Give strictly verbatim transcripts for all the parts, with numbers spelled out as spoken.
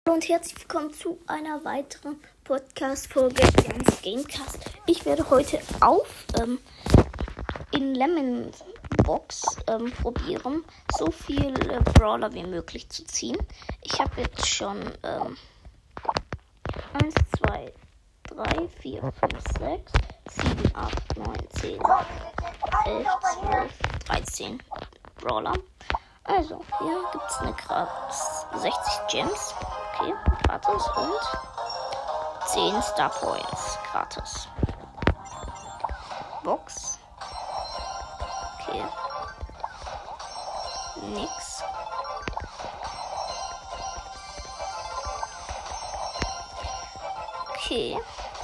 Und herzlich willkommen zu einer weiteren Podcast-Folge Jans Gamecast. Ich werde heute auf ähm, in Lemon Box ähm, probieren, so viele Brawler wie möglich zu ziehen. Ich habe jetzt schon ähm, eins, zwei, drei, vier, fünf, sechs, sieben, acht, neun, zehn, elf, zwölf, dreizehn Brawler. Also, hier gibt es eine gratis sechzig Gems. Okay, gratis. Und zehn Star Points. Gratis. Box. Okay. Nix. Okay.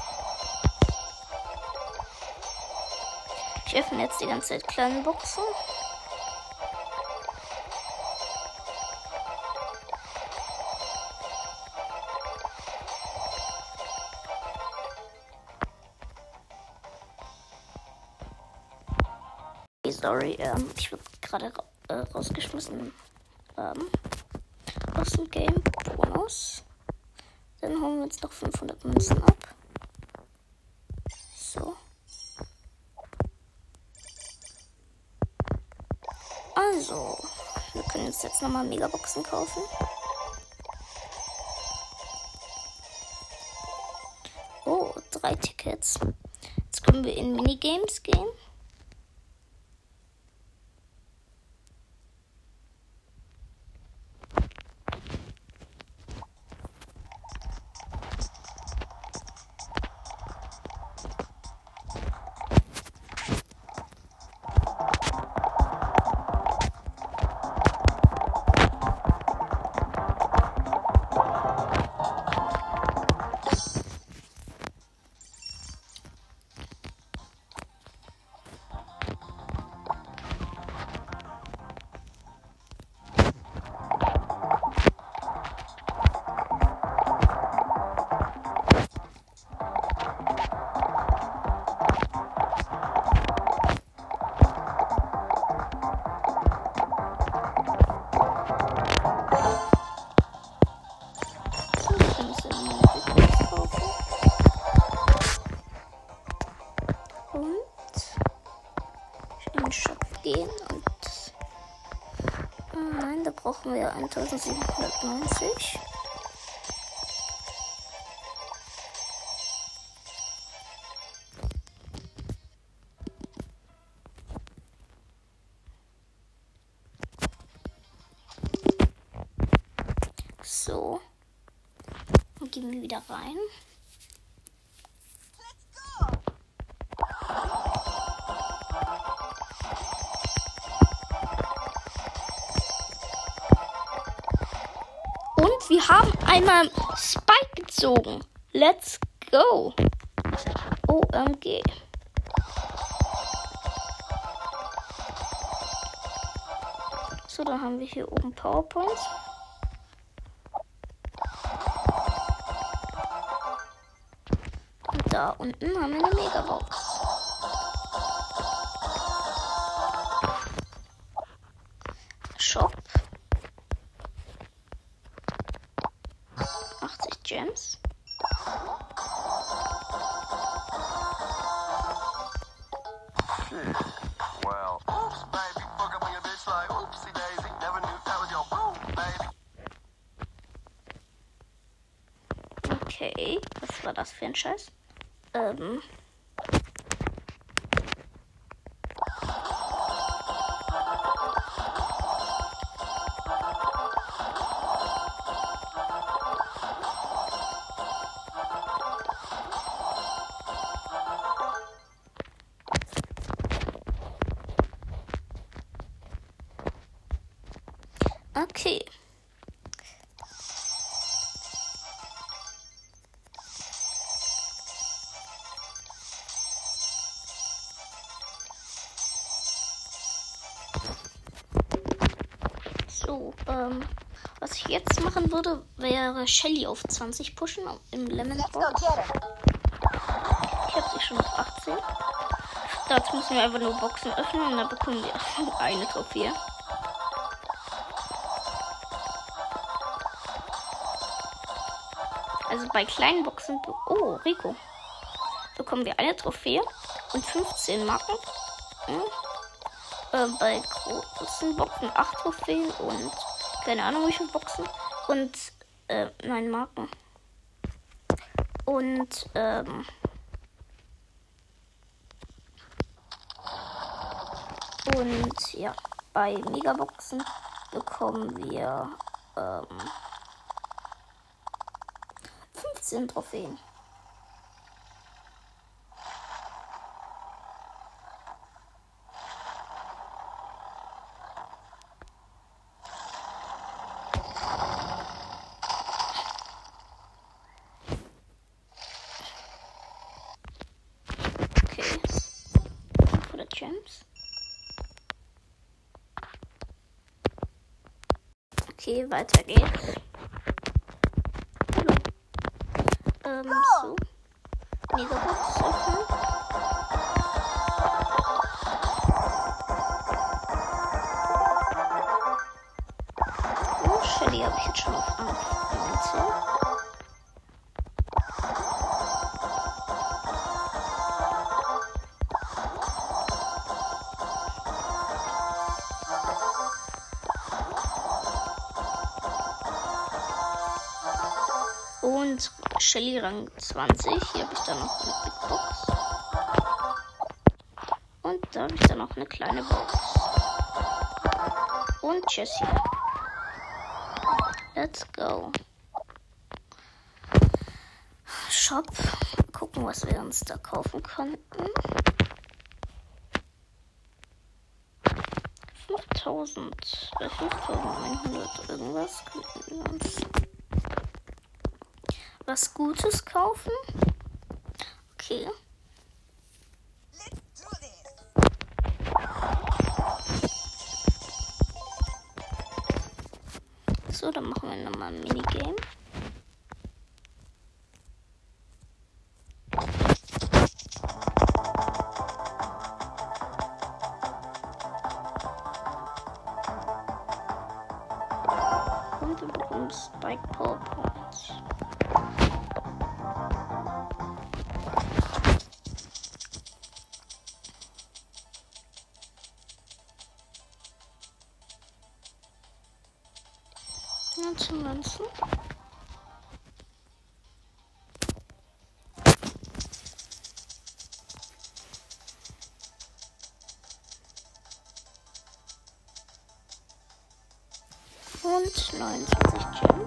Ich öffne jetzt die ganze Zeit kleine Boxen. Sorry, ähm, ich wurde gerade ra äh, rausgeschmissen ähm, aus dem Game Bonus. Dann holen wir uns noch fünfhundert Münzen ab. So. Also, wir können uns jetzt nochmal Megaboxen kaufen. Oh, drei Tickets. Jetzt können wir in Minigames gehen. Gehen und oh nein, da brauchen wir eintausendsiebenhundertneunzig. So, und gehen wir wieder rein. Wir haben einmal Spike gezogen. Let's go. O M G. So, dann haben wir hier oben PowerPoints. Und da unten haben wir eine Megabox. Shop. Gems. Well, oops, baby, fuck up on your bitch like oopsie daisy. Never knew that was your boo, baby. Okay, was war das für ein Scheiß? Ähm. Okay. So, ähm, was ich jetzt machen würde, wäre Shelly auf zwanzig pushen im Lemon Box. Ich habe sie schon auf achtzehn. Dazu müssen wir einfach nur Boxen öffnen und dann bekommen wir eine Trophäe. Also bei kleinen Boxen. Oh, Rico. Bekommen wir eine Trophäe und fünfzehn Marken. Hm. Äh, bei großen Boxen acht Trophäen und keine Ahnung wie viele Boxen. Und äh, neun Marken. Und ähm. Und ja, bei Megaboxen bekommen wir ähm, fünfzehn Trophäen. Okay. Für die Gems. Okay, weiter geht's. Hallo. Ähm, so. Megabox öffnen. Oh, Shelly habe ich jetzt schon auf neunzehn. Und Shelly Rang zwanzig. Hier habe ich dann noch eine Big Box. Und da habe ich dann noch eine kleine Box. Und Jessie. Let's go. Shop. Gucken, was wir uns da kaufen könnten. fünftausend. Bei fünftausendeinhundert irgendwas könnten wir uns was Gutes kaufen. Okay. So, dann machen wir nochmal ein Minigame. Und wir bekommen Spike Power Points. neunzehn Münzen. Und neunundzwanzig Gems.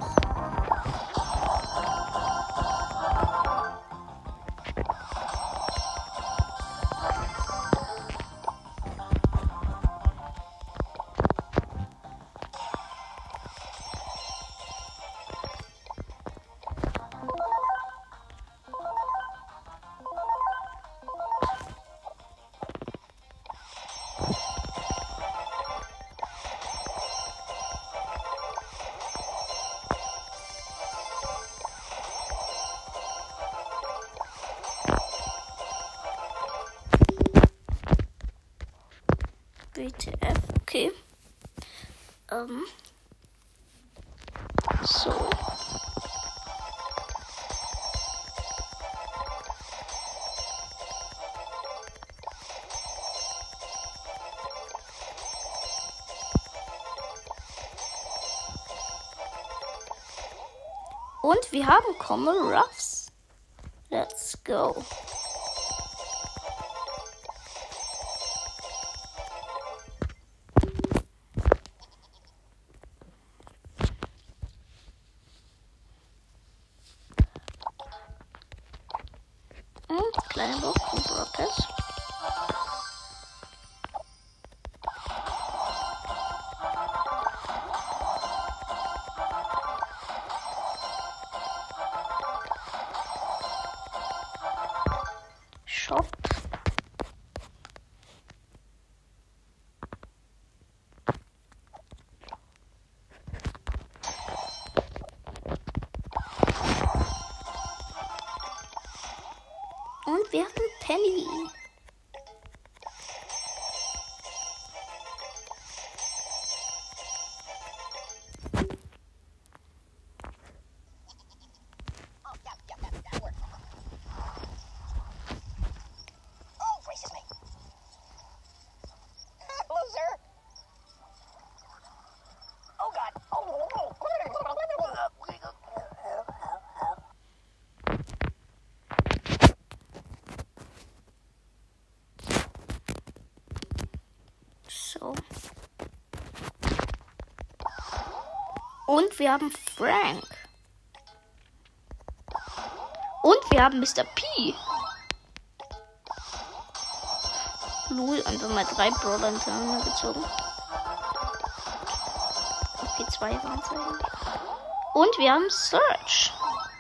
W T F, okay. Ähm. So. Und wir haben Common Ruffs. Let's go. Kleine Box und Rocket. Shop. Und wir haben Penny. Und wir haben Frank. Und wir haben Mister P. Lul, einfach mal drei Brawler hintereinander gezogen. Okay, zwei waren es eigentlich. Und wir haben Search.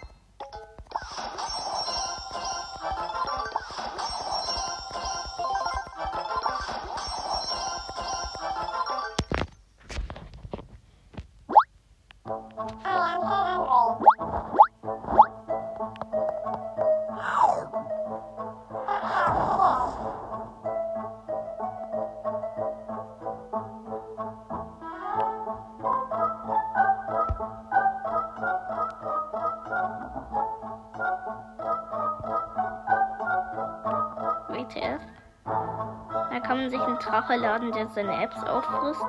W T F. Da kann man sich einen Drache laden, der seine Apps auffrisst.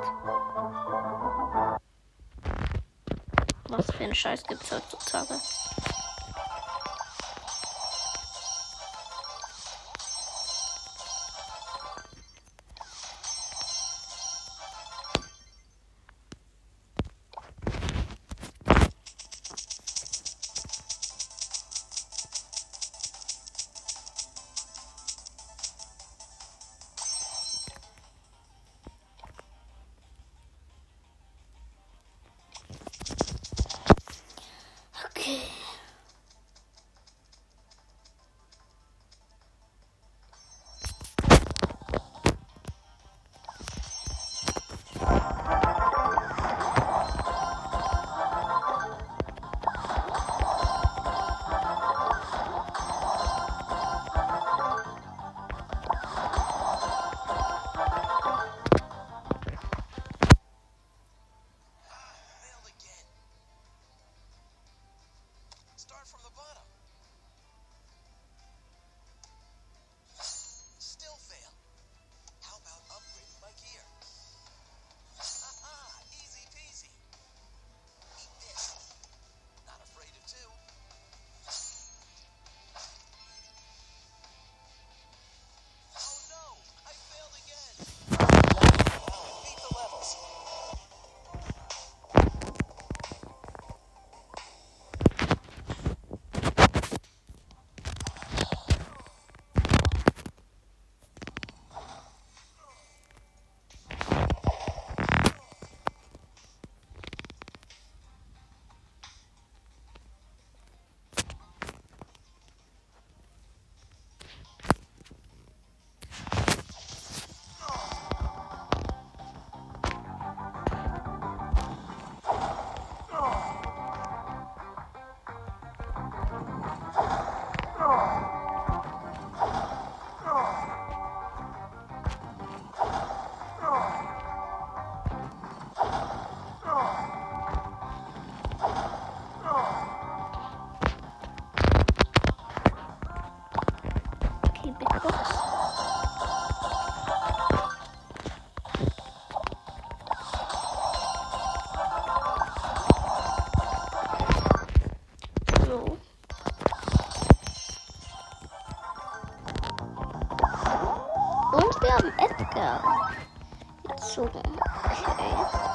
Was für ein Scheiß gibt's heutzutage? Okay. From the bottom. Still fail. How about upgrading my gear? Haha, easy peasy. Eat this. Not afraid of two. Oh no, I failed again. Beat the levels. Okay, Big Box. So. Und wir haben Edgar gezogen. Okay.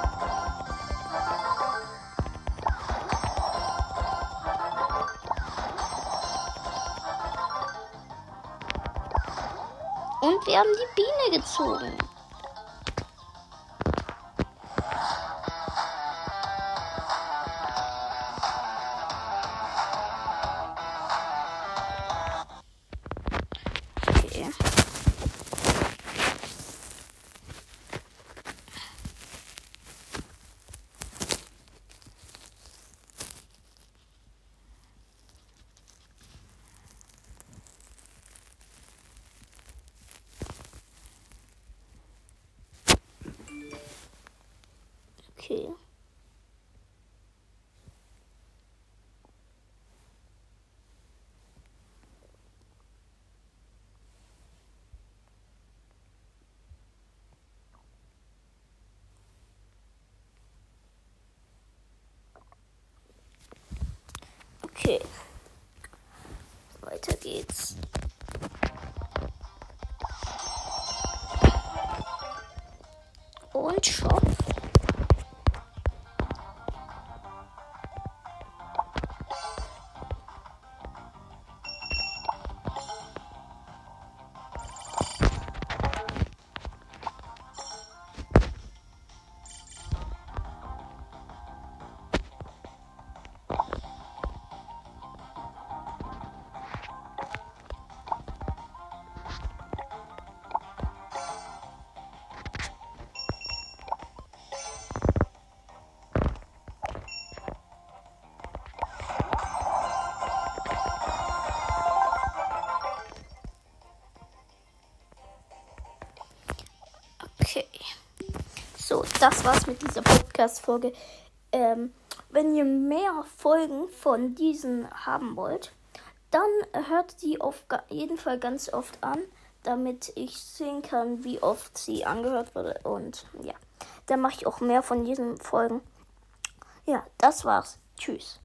Und wir haben die Biene gezogen. Okay. Okay. Okay. Weiter geht's. Und Shop. Okay. So, das war's mit dieser Podcast-Folge. Ähm, wenn ihr mehr Folgen von diesen haben wollt, dann hört die auf jeden Fall ganz oft an, damit ich sehen kann, wie oft sie angehört wurde. Und ja, dann mache ich auch mehr von diesen Folgen. Ja, das war's. Tschüss.